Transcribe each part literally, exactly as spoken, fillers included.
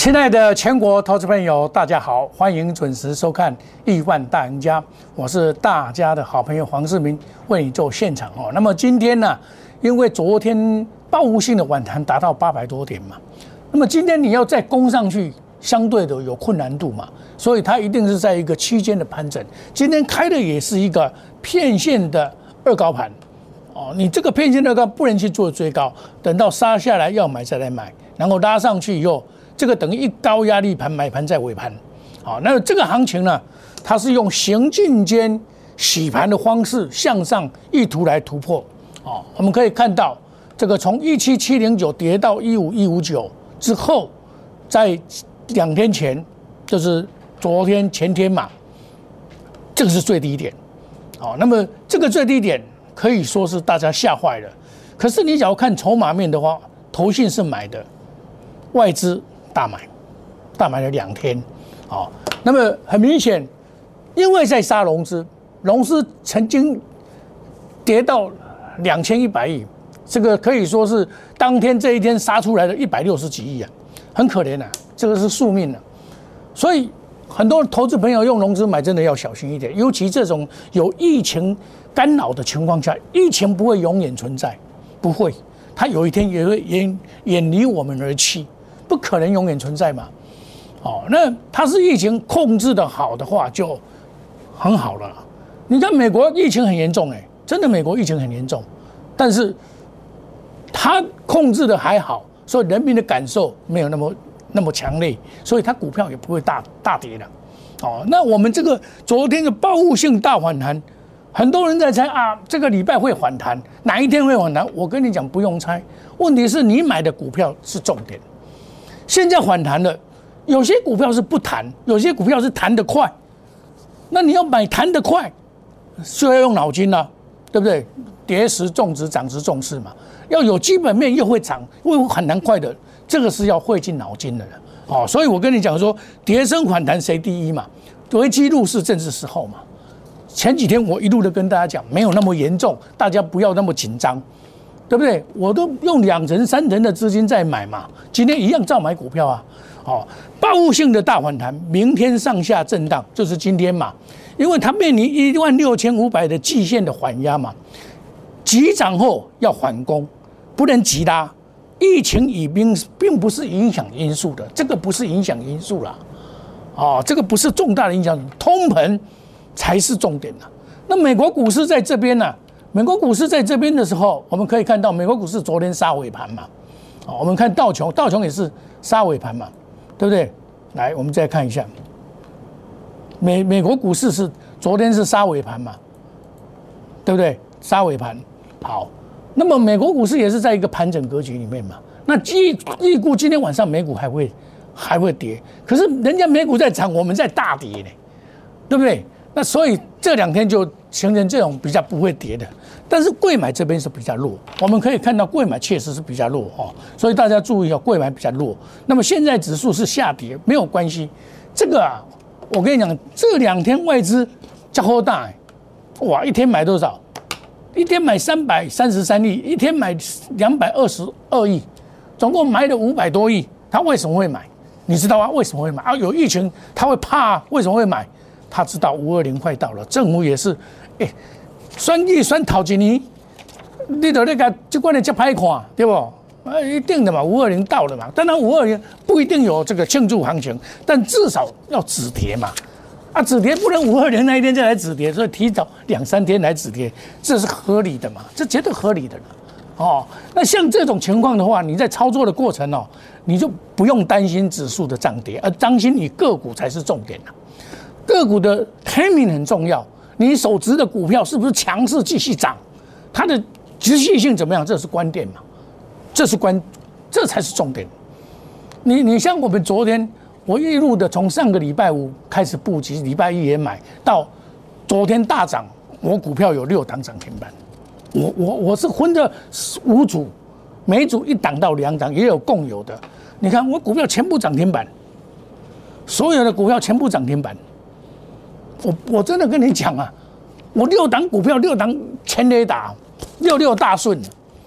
亲爱的全国投资朋友，大家好，欢迎准时收看《亿万大赢家》，我是大家的好朋友黄世明，为你做现场哦。那么今天呢，因为昨天报复性的反弹达到八百多点嘛，那么今天你要再攻上去，相对的有困难度嘛，所以它一定是在一个区间的盘整。今天开的也是一个片线的二高盘哦，你这个片线二高不能去做追高，等到杀下来要买再来买，然后拉上去以后。这个等于一高压力盘买盘在尾盘，好，那这个行情呢，它是用行进间洗盘的方式向上意图来突破，哦，我们可以看到这个从一七七零九跌到一五一五九之后，在两天前就是昨天前天嘛，这个是最低点，好，那么这个最低点可以说是大家吓坏了，可是你只要看筹码面的话，投信是买的，外资。大买，大买了两天，哦，那么很明显，因为在杀融资，融资曾经跌到两千一百亿，这个可以说是当天这一天杀出来的一百六十几亿啊，很可怜啊，这个是宿命啊，所以很多投资朋友用融资买真的要小心一点，尤其这种有疫情干扰的情况下，疫情不会永远存在，不会，它有一天也会远远离我们而去。不可能永远存在嘛，哦，那它是疫情控制的好的话就很好了。你看美国疫情很严重，哎，真的美国疫情很严重，但是它控制的还好，所以人民的感受没有那么那么强烈，所以它股票也不会大大跌的。哦，那我们这个昨天的报复性大反弹，很多人在猜啊，这个礼拜会反弹，哪一天会反弹？我跟你讲，不用猜，问题是你买的股票是重点。现在反弹了，有些股票是不弹，有些股票是弹得快。那你要买弹得快，就要用脑筋了，对不对？跌时重质，涨时重视嘛。要有基本面又会涨，又很难快的，这个是要费尽脑筋的了。哦，所以我跟你讲说，跌升反弹谁第一嘛？危机入市正是时候嘛。前几天我一路的跟大家讲，没有那么严重，大家不要那么紧张。对不对？我都用两成、三成的资金在买嘛，今天一样照买股票啊。哦，报复性的大反弹，明天上下震荡，就是今天嘛，因为它面临一万六千五百的季线的缓压嘛，急涨后要反攻，不能急拉。疫情已并并不是影响因素的，这个不是影响因素啦。哦，这个不是重大的影响，通膨才是重点啦。那美国股市在这边呢、啊？美国股市在这边的时候，我们可以看到美国股市昨天杀尾盘嘛，哦，我们看道琼，道琼也是杀尾盘嘛，对不对？来，我们再看一下，美美国股市是昨天是杀尾盘嘛，对不对？杀尾盘，好，那么美国股市也是在一个盘整格局里面嘛，那预预估今天晚上美股还会还会跌，可是人家美股在涨，我们在大跌呢，对不对？那所以这两天就形成这种比较不会跌的，但是贵买这边是比较弱，我们可以看到贵买确实是比较弱哦，所以大家注意哦，贵买比较弱。那么现在指数是下跌，没有关系，这个啊，我跟你讲，这两天外资加好大，哇，一天买多少？一天买三百三十三亿，一天买两百二十二亿，总共买了五百多亿。他为什么会买？你知道吗？为什么会买啊？有疫情他会怕啊，为什么会买？他知道五二零快到了，政府也是，哎、欸，选举选头一年，你得那个这关的这歹看，对不？啊，一定的嘛，五二零到了嘛。当然五二零不一定有这个庆祝行情，但至少要止跌嘛。啊，止跌不能五二零那一天再来止跌，所以提早两三天来止跌，这是合理的嘛？这绝对合理的了。哦，那像这种情况的话，你在操作的过程哦，你就不用担心指数的涨跌，而担心你个股才是重点了。个股的 timing 很重要，你手持的股票是不是强势继续涨，它的持续性怎么样？这是关键嘛？这是关，这才是重点。你你像我们昨天，我一路的从上个礼拜五开始布局，礼拜一也买到昨天大涨，我股票有六档涨停板，我我我是分着五组，每一组一档到两档，也有共有的。你看我股票全部涨停板，所有的股票全部涨停板。我我真的跟你讲啊，我六档股票六档全雷打，六六大顺。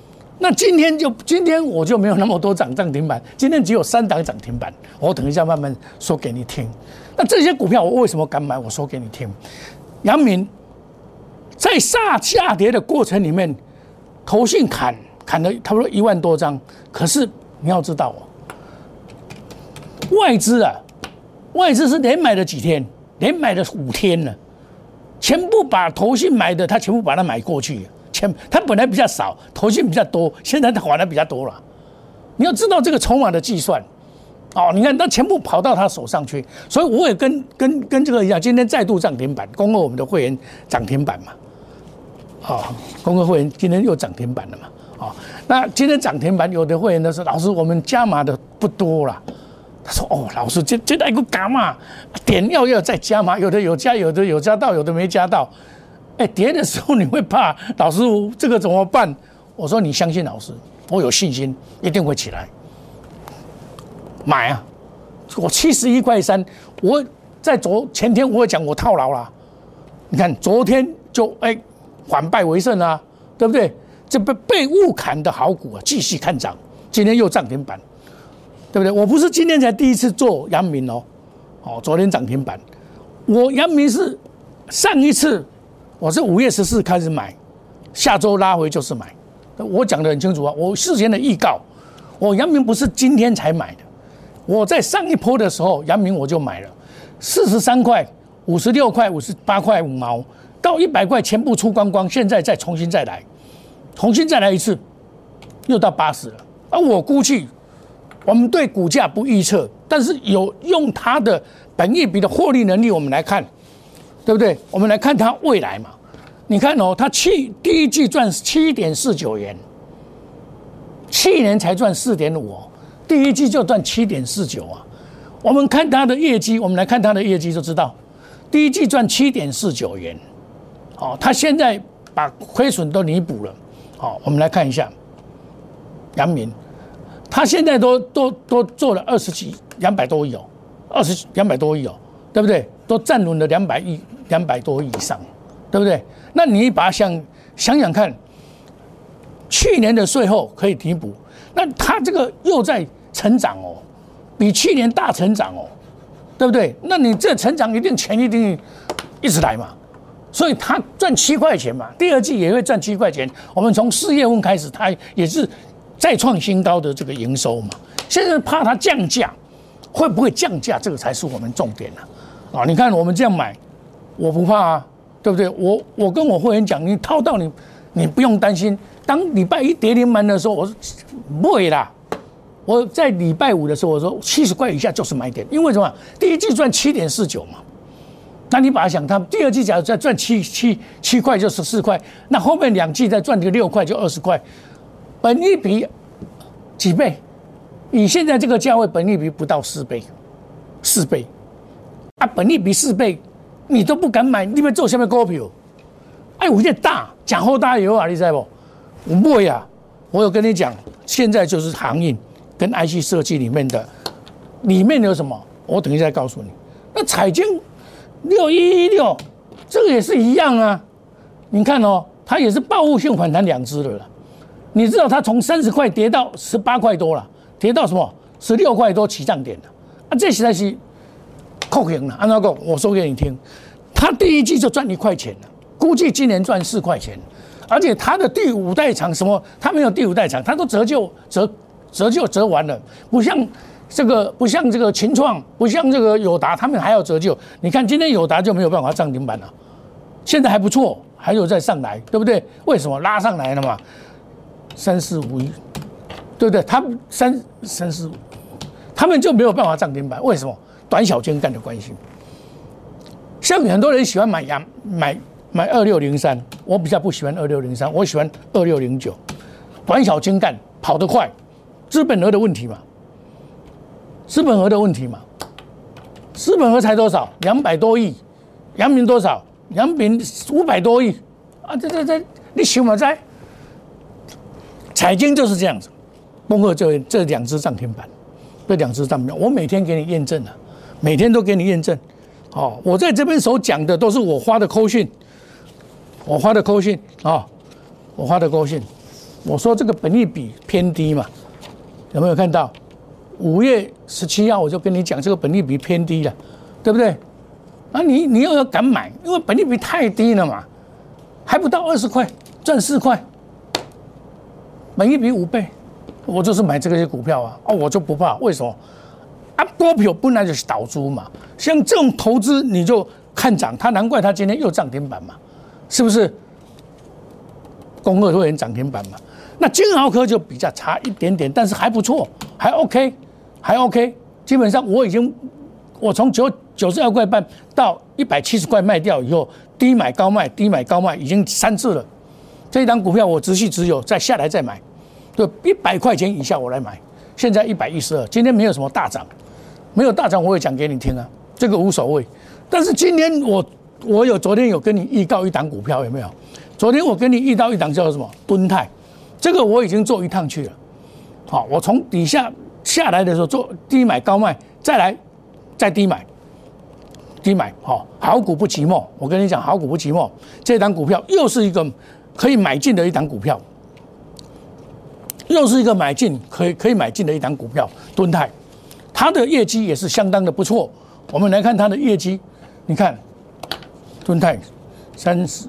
那今天就今天我就没有那么多涨涨停板，今天只有三档涨停板，我等一下慢慢说给你听。那这些股票我为什么敢买？我说给你听。阳明在下下跌的过程里面，投信砍砍了差不多一万多张，可是你要知道哦，外资啊，外资是连买了几天，连买了五天了，全部把投信买的，他全部把它买过去。它本来比较少，投信比较多，现在它反而比较多了。你要知道这个筹码的计算，哦，你看它全部跑到他手上去，所以我也跟跟跟这个一样，今天再度涨停板，恭贺我们的会员涨停板嘛，哦，恭贺会员今天又涨停板了嘛，哦，那今天涨停板有的会员都说，老师我们加码的不多啦。他说哦，老师这这那个加码点要要再加码，有的有加，有的有加到，有的没加到。哎，跌的时候你会怕，老师这个怎么办？我说你相信老师，我有信心一定会起来。买啊！我七十一块三，我在昨前天我讲我套牢了，你看昨天就哎反败为胜啊，对不对？这被被误砍的好股啊，继续看涨，今天又涨停板，对不对？我不是今天才第一次做阳明哦，哦，昨天涨停板，我阳明是上一次。我是五月十四开始买，下周拉回就是买。我讲得很清楚啊，我事先的预告，我阳明不是今天才买的，我在上一波的时候，阳明我就买了，四十三块、五十六块、五十八块五毛到一百块全部出光光，现在再重新再来，重新再来一次，又到八十了。而我估计，我们对股价不预测，但是有用它的本益比的获利能力，我们来看。对不对？我们来看它未来嘛。你看哦，它去第一季赚七点四九元，去年才赚四点五哦，第一季就赚七点四九啊。我们看它的业绩，我们来看它的业绩就知道，第一季赚七点四九元，哦，它现在把亏损都弥补了。好，我们来看一下阳明，它现在都都都做了二十几两百多亿哦，二十两百多亿哦，对不对？都站稳了两百亿、两百多亿以上，对不对？那你把它想想想看，去年的税后可以弥补，那它这个又在成长哦，比去年大成长哦，对不对？那你这成长一定钱一定一直来嘛，所以它赚七块钱嘛，第二季也会赚七块钱。我们从四月份开始，它也是再创新高的这个营收嘛。现在怕它降价，会不会降价？这个才是我们重点啊！啊，你看我们这样买，我不怕啊，对不对？我我跟我会员讲，你套到你，你不用担心。当礼拜一跌停板的时候，我说不会啦。我在礼拜五的时候，我说七十块以下就是买点，因为什么？第一季赚七点四九嘛，那你把它想，它第二季假如再赚七七七块就十四块，那后面两季再赚个六块就二十块，本益比几倍？以现在这个价位，本益比不到四倍，四倍。啊，本益比四倍，你都不敢买，你们做什么股票？哎，我这大讲后大有啊，你知不？我不会啊，我有跟你讲，现在就是航运跟 I C 设计里面的，里面有什么？我等一下告诉你。那彩晶六一一六，这个也是一样啊。你看哦，它也是报复性反弹两只的了。你知道它从三十块跌到十八块多了，跌到什么十六块多起涨点了啊，这实在是。扣赢了，按照讲，我说给你听，他第一季就赚一块钱了，估计今年赚四块钱，而且他的第五代厂什么，他没有第五代厂，他都折旧折折旧折完了，不像这个不像这个秦创，不像这个友达，他们还要折旧。你看今天友达就没有办法涨停板了，现在还不错，还有再上来，对不对？为什么拉上来了嘛？三四五一，对不对？他们三三四五，他们就没有办法涨停板，为什么？短小精干的关系，像很多人喜欢买阳买买二六零三，我比较不喜欢二六零三，我喜欢二六零九，短小精干，跑得快，资本额的问题嘛，资本额的问题嘛，资本额才多少？两百多亿，阳明多少？阳明五百多亿啊！这这这，你想嘛在？彩晶就是这样子，包括这这两只涨停板，这两只涨停板，我每天给你验证了。每天都给你验证，哦，我在这边所讲的都是我发的扣讯，我发的扣讯啊，我发的扣讯， 我说这个本益比偏低嘛，有没有看到？五月十七号我就跟你讲，这个本益比偏低了，对不对？啊你，你又要敢买，因为本益比太低了嘛，还不到二十块，赚四块，本益比五倍，我就是买这些股票啊，哦，我就不怕，为什么？啊，股票本来就是倒租嘛，像这种投资你就看涨，它难怪它今天又涨停板嘛，是不是？恭贺会员涨停板嘛。那金豪科就比较差一点点，但是还不错，还 OK， 还 OK。基本上我已经，我从九九十二块半到一百七十块卖掉以后，低买高卖，低买高卖，已经三次了。这一档股票我持续持有，再下来再买，对，一百块钱以下我来买。现在一百一十二，今天没有什么大涨，没有大涨我也讲给你听啊，这个无所谓。但是今天我我有昨天有跟你预告一档股票有没有？昨天我跟你预告一档叫做什么？敦泰。这个我已经做一趟去了，好，我从底下下来的时候做低买高卖，再来再低买，低买，好，好股不寂寞。我跟你讲，好股不寂寞，这档股票又是一个可以买进的一档股票，又是一个买进可以可以买进的一档股票，敦泰，它的业绩也是相当的不错。我们来看它的业绩，你看，敦泰三十。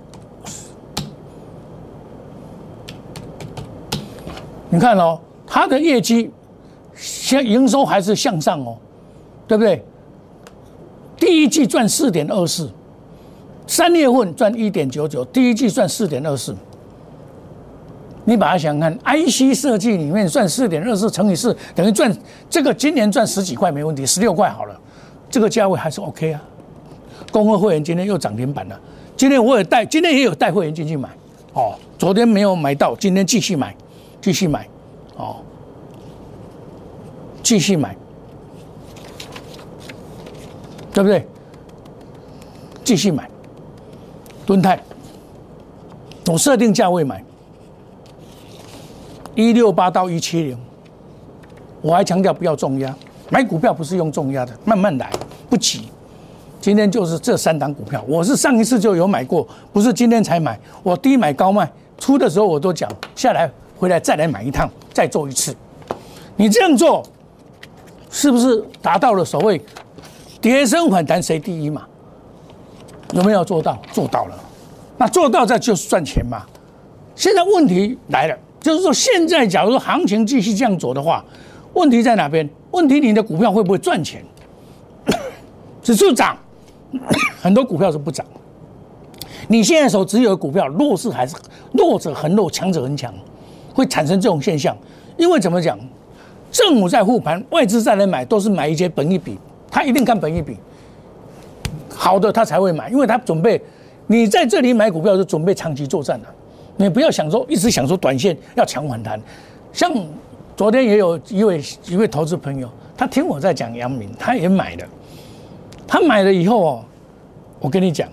你看哦，它的业绩，现营收还是向上哦，对不对？第一季赚四点二四，三月份赚一点九九，第一季赚四点二四。你把它想看 ，I C 设计里面赚四点二四乘以四，等于赚这个今年赚十几块没问题，十六块好了，这个价位还是 OK 啊。恭贺会员今天又涨停板了，今天我也带，今天也有带会员进去买哦，昨天没有买到，今天继续买。继续买，哦，继续买，对不对？继续买，敦泰，我设定价位买，一六八到一七零，我还强调不要重压，买股票不是用重压的，慢慢来，不急。今天就是这三档股票，我是上一次就有买过，不是今天才买，我低买高卖，出的时候我都讲下来。回来再来买一趟，再做一次。你这样做，是不是达到了所谓跌升反弹谁第一嘛？有没有做到？做到了。那做到这就是赚钱嘛。现在问题来了，就是说现在假如说行情继续这样走的话，问题在哪边？问题你的股票会不会赚钱？指数涨，很多股票是不涨。你现在手持有的股票，弱势还是弱者很弱，强者很强。会产生这种现象，因为怎么讲，政府在护盘，外资再来买，都是买一些本益比，他一定看本益比好的，他才会买，因为他准备你在这里买股票就准备长期作战了，你不要想说一直想说短线要抢反弹。像昨天也有一位一位投资朋友，他听我在讲阳明，他也买了，他买了以后哦，我跟你讲，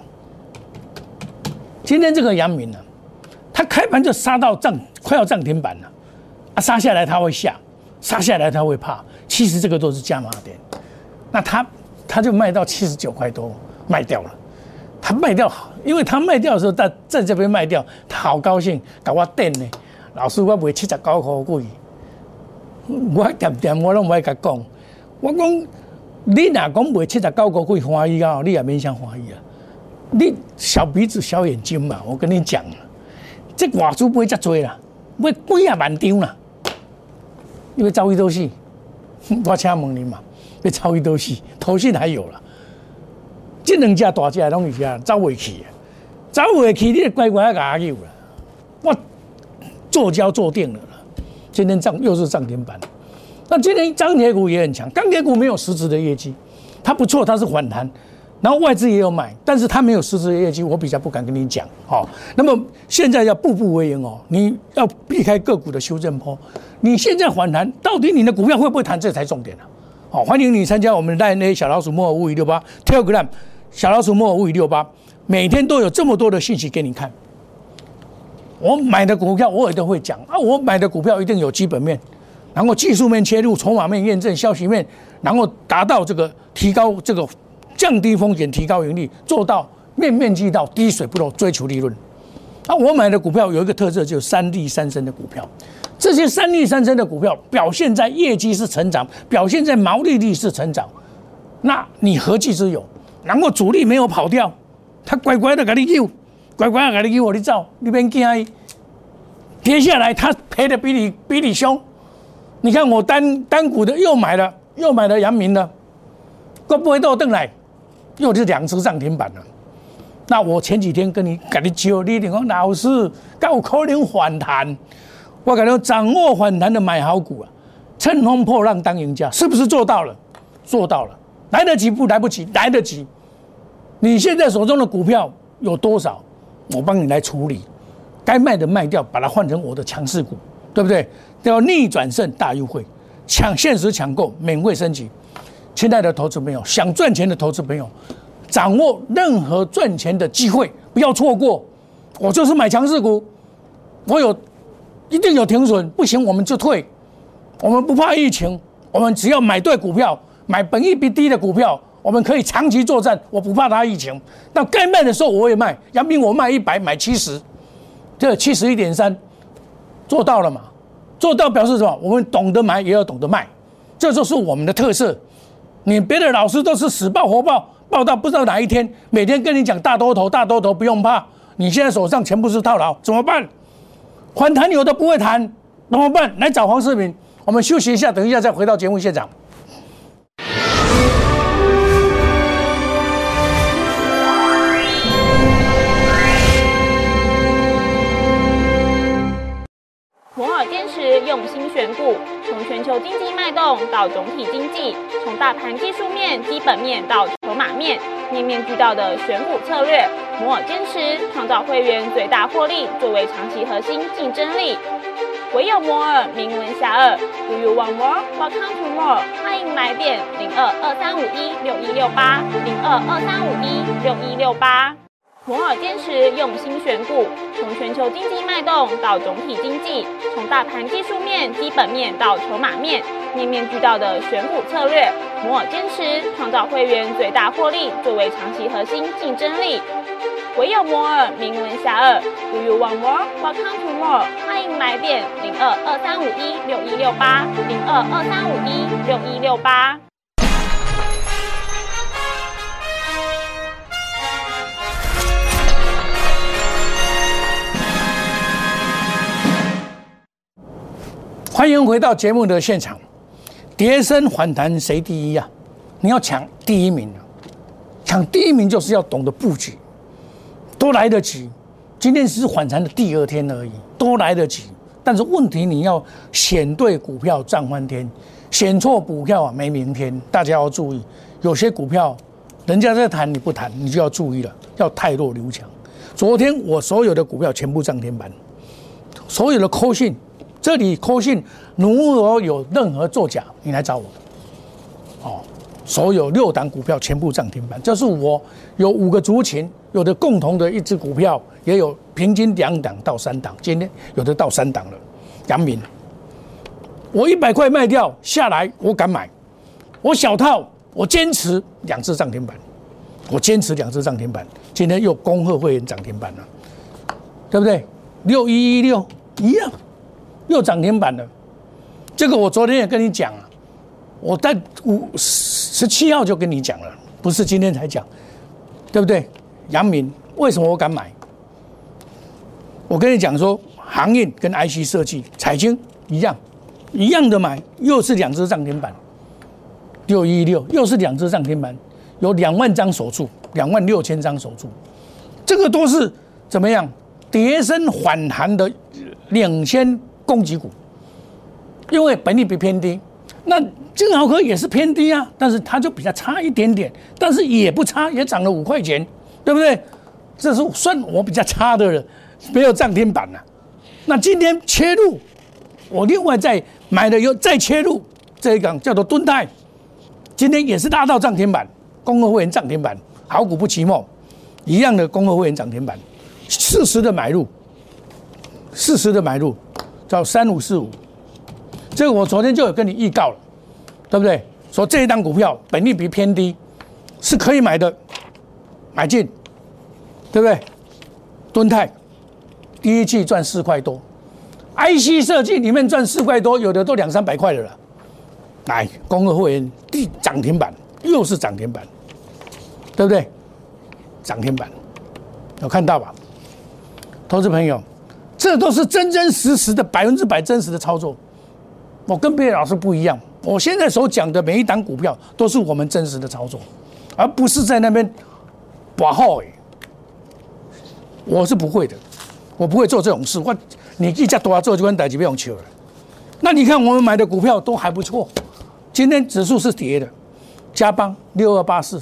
今天这个阳明呢、啊，他开盘就杀到涨。快要涨停板了，啊，杀下来他会下，杀下来他会怕。其实这个都是加码点，那他他就卖到七十九块多，卖掉了。他卖掉，因为他卖掉的时候在在这边卖掉，他好高兴，搞我等呢。老师，我卖七十九块几，我点点我拢唔爱甲讲，我讲你若讲卖七十九块几欢喜啊，你也免想欢喜啊。你小鼻子小眼睛嘛，我跟你讲，这外资买遮多啦。买几啊万张啦，你要走伊倒死？我请问你嘛，要走伊倒死？投信还有啦，这两只大只拢是啊，走袂去啊，走袂去，你乖乖甲阿牛啦。我做交做定了啦，今天涨又是涨停板。那今天钢铁股也很强，钢铁股没有实质的业绩，它不错，它是反弹。然后外资也有买，但是它没有实质的业绩，我比较不敢跟你讲。好，那么现在要步步为营哦，你要避开个股的修正波。你现在反弹，到底你的股票会不会弹，这才重点啊！好，欢迎你参加我们的 Line 小老鼠莫尔五五六八 Telegram 小老鼠莫尔五五六八，每天都有这么多的信息给你看。我买的股票我也都会讲啊，我买的股票一定有基本面，然后技术面切入，筹码面验证，消息面，然后达到这个提高这个。降低风险，提高盈利，做到面面俱到，滴水不漏，追求利润。 啊，我买的股票有一个特色，就是三利三升的股票。这些三利三升的股票表现在业绩是成长，表现在毛利率是成长，那你何惧之有？然后主力没有跑掉，他乖乖的给你救，乖乖的给你救，我你走，你别惊伊。跌下来他赔的比你比你凶。你看我单单股的又买了，又买了阳明了，都不会倒回来，又是两只涨停板了。那我前几天跟你跟你教，你讲老师，敢有可能反弹？我跟你讲，掌握反弹的买好股啊，乘风破浪当赢家，是不是做到了？做到了，来得及不来不及？来得及。你现在手中的股票有多少？我帮你来处理，该卖的卖掉，把它换成我的强势股，对不对？叫逆转胜大优惠，抢限时抢购，免费升级。亲爱的投资朋友，想赚钱的投资朋友，掌握任何赚钱的机会，不要错过。我就是买强势股，我有一定有停损，不行我们就退。我们不怕疫情，我们只要买对股票，买本益比低的股票，我们可以长期作战。我不怕它疫情，那该卖的时候我也卖。阳明我卖一百，买七十，这七十一点三，做到了嘛？做到表示什么？我们懂得买，也要懂得卖，这就是我们的特色。你别的老师都是死抱活抱，抱到不知道哪一天，每天跟你讲大多头，大多头不用怕。你现在手上全部是套牢，怎么办？反弹有的不会弹，怎么办？来找黄世明，我们休息一下，等一下再回到节目现场。 摩尔坚持用心选股，从全球经济脉动到总体经济，从大盘技术面、基本面到筹码面，面面俱到的选股策略。摩尔坚持创造会员最大获利作为长期核心竞争力。唯有摩尔名闻遐迩。Do you want more? Welcome to more。欢迎来电零二二三五一六一六八零二二三五一六一六八。摩尔坚持用心选股，从全球经济脉动到总体经济，从大盘技术面、基本面到筹码面，面面俱到的选股策略。摩尔坚持创造会员最大获利作为长期核心竞争力。唯有摩尔名闻遐迩。Do you want more? Welcome to more。欢迎来电零二二三五一六一六八零二二三五一六一六八。 欢迎回到节目的现场。跌升反弹谁第一啊？你要抢第一名啊！抢第一名就是要懂得布局，都来得及。今天只是反弹的第二天而已，都来得及。但是问题你要选对股票赚翻天，选错股票啊没明天。大家要注意，有些股票人家在谈你不谈，你就要注意了，要汰弱留强。昨天我所有的股票全部涨停板，所有的扣讯。这里扣讯，如果有任何作假，你来找我。哦，所有六档股票全部涨停板，这是我有五个族群，有的共同的一只股票，也有平均两档到三档，今天有的到三档了。阳明，我一百块卖掉下来，我敢买，我小套，我坚持两只涨停板，我坚持两只涨停板，今天又恭贺会员涨停板了，对不对？六一一六一样。又涨停板了，这个我昨天也跟你讲了，我在五十七号就跟你讲了，不是今天才讲，对不对？阳明为什么我敢买？我跟你讲说，航运跟 I C 设计、彩晶一样，一样的买，又是两只涨停板，六一六又是两只涨停板，有两万张手注，两万六千张手注，这个都是怎么样？跌升反弹的领先。攻击股，因为本益比偏低，那金豪科也是偏低啊，但是它就比较差一点点，但是也不差，也涨了五块钱，对不对？这是算我比较差的了，没有涨停板了、啊。那今天切入，我另外再买的又再切入这一档叫做敦泰，今天也是拉到涨停板，恭贺会员涨停板，好股不期末，一样的恭贺会员涨停板，适时的买入，适时的买入。叫三五四五，这个我昨天就有跟你预告了，对不对？说这一档股票本益比偏低，是可以买的，买进，对不对？敦泰第一季赚四块多 ，I C 设计里面赚四块多，有的都两三百块的了。来，恭贺会员第涨停板，又是涨停板，对不对？涨停板，有看到吧？投资朋友，这都是真真实实的百分之百真实的操作。我跟别的老师不一样，我现在所讲的每一档股票都是我们真实的操作，而不是在那边把号。我是不会的，我不会做这种事。我你一家多做就跟代志不用求了。那你看我们买的股票都还不错，今天指数是跌的，嘉邦六二八四。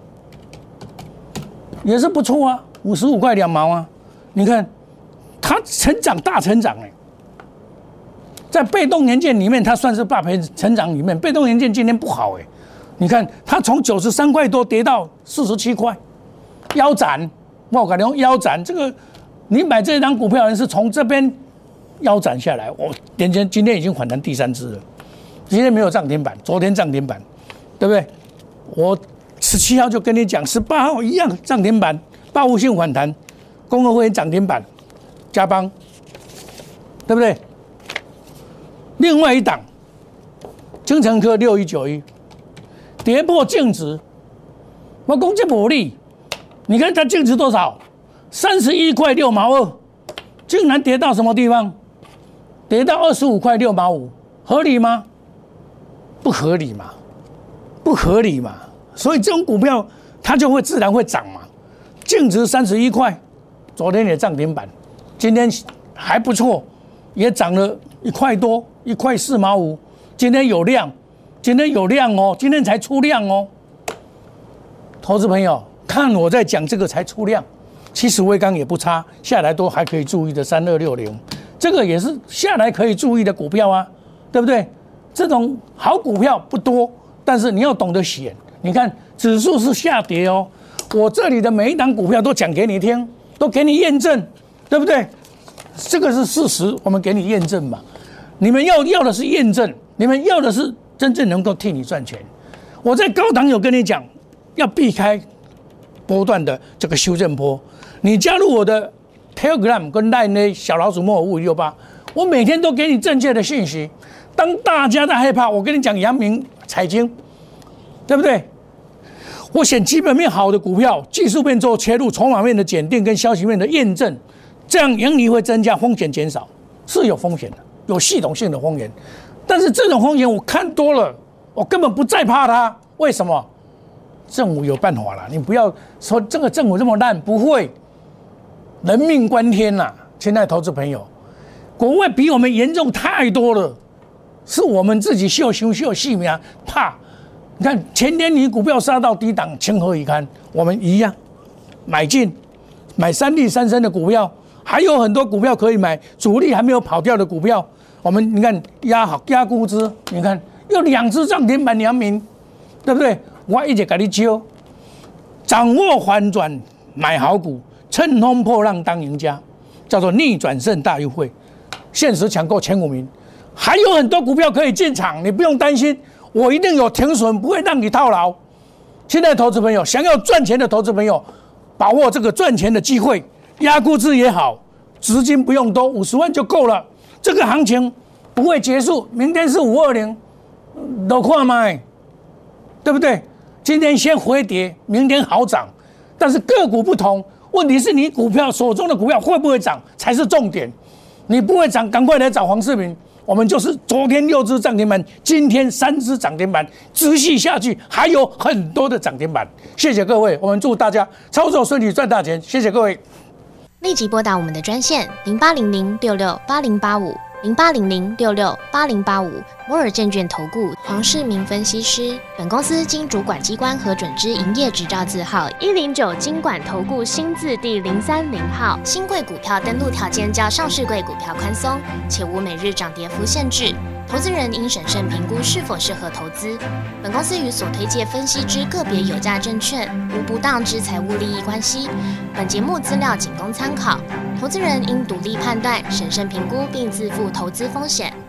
也是不错啊，五十五块两毛啊！你看，它成长大成长哎，在被动元件里面，它算是大赔成长里面。被动元件今天不好哎，你看它从九十三块多跌到四十七块，腰斩，我感觉腰斩。这个你买这张股票人是从这边腰斩下来，我今天今天已经反弹第三支了，今天没有涨停板，昨天涨停板，对不对？我。十七号就跟你讲，十八号一样涨停板，报复性反弹，恭贺会员涨停板，嘉邦，对不对？另外一档，精诚科六一九一，跌破净值，我讲这没力，你看它净值多少？三十一块六毛二，竟然跌到什么地方？跌到二十五块六毛五，合理吗？不合理嘛，不合理嘛。所以这种股票它就会自然会涨嘛，净值三十一块，昨天也涨停板，今天还不错，也涨了一块多，一块四毛五。今天有量，今天有量哦，今天才出量哦。投资朋友，看我在讲这个才出量，其实威刚也不差，下来都还可以注意的三二六零，这个也是下来可以注意的股票啊，对不对？这种好股票不多，但是你要懂得选。你看指数是下跌哦，我这里的每一档股票都讲给你听，都给你验证，对不对？这个是事实，我们给你验证嘛。你们要要的是验证，你们要的是真正能够替你赚钱。我在高档有跟你讲，要避开波段的这个修正波。你加入我的 Telegram 跟 Line 的小老鼠莫五五六八，我每天都给你正确的信息。当大家在害怕，我跟你讲阳明财经，对不对？我选基本面好的股票，技术面做切入，筹码面的检定跟消息面的验证，这样盈利会增加，风险减少，是有风险的，有系统性的风险。但是这种风险我看多了，我根本不再怕它。为什么？政府有办法了，你不要说这个政府这么烂，不会，人命关天呐、啊！亲爱的投资朋友，国外比我们严重太多了，是我们自己秀秀秀细命怕。你看前天你股票杀到低档，情何以堪？我们一样买进，买三利三升的股票，还有很多股票可以买，主力还没有跑掉的股票，我们你看压好压估值，你看有两只涨停板阳明，对不对？我一直给你教，掌握反转，买好股，乘风破浪当赢家，叫做逆转胜大优惠，限时抢购前五名，还有很多股票可以进场，你不用担心。我一定有停损，不会让你套牢。现在投资朋友想要赚钱的投资朋友，把握这个赚钱的机会，压估值也好，资金不用多，五十万就够了。这个行情不会结束，明天是五二零，都看嘛，对不对？今天先回跌，明天好涨，但是个股不同，问题是你股票手中的股票会不会涨才是重点。你不会涨，赶快来找黄世明。我们就是昨天六只涨停板，今天三只涨停板，直系下去还有很多的涨停板。谢谢各位，我们祝大家操作顺利，赚大钱。谢谢各位。 立即拨打我们的专线零八零零六六八零八五零八零零六六八零八五摩尔证券投顾黄世明分析师。本公司经主管机关核准之营业执照字号一零九金管投顾新字第零三零号。新贵股票登录条件较上市贵股票宽松，且无每日涨跌幅限制。投资人应审慎评估是否适合投资。本公司与所推介分析之个别有价证券无不当之财务利益关系。本节目资料仅供参考，投资人应独立判断、审慎评估并自负投资风险。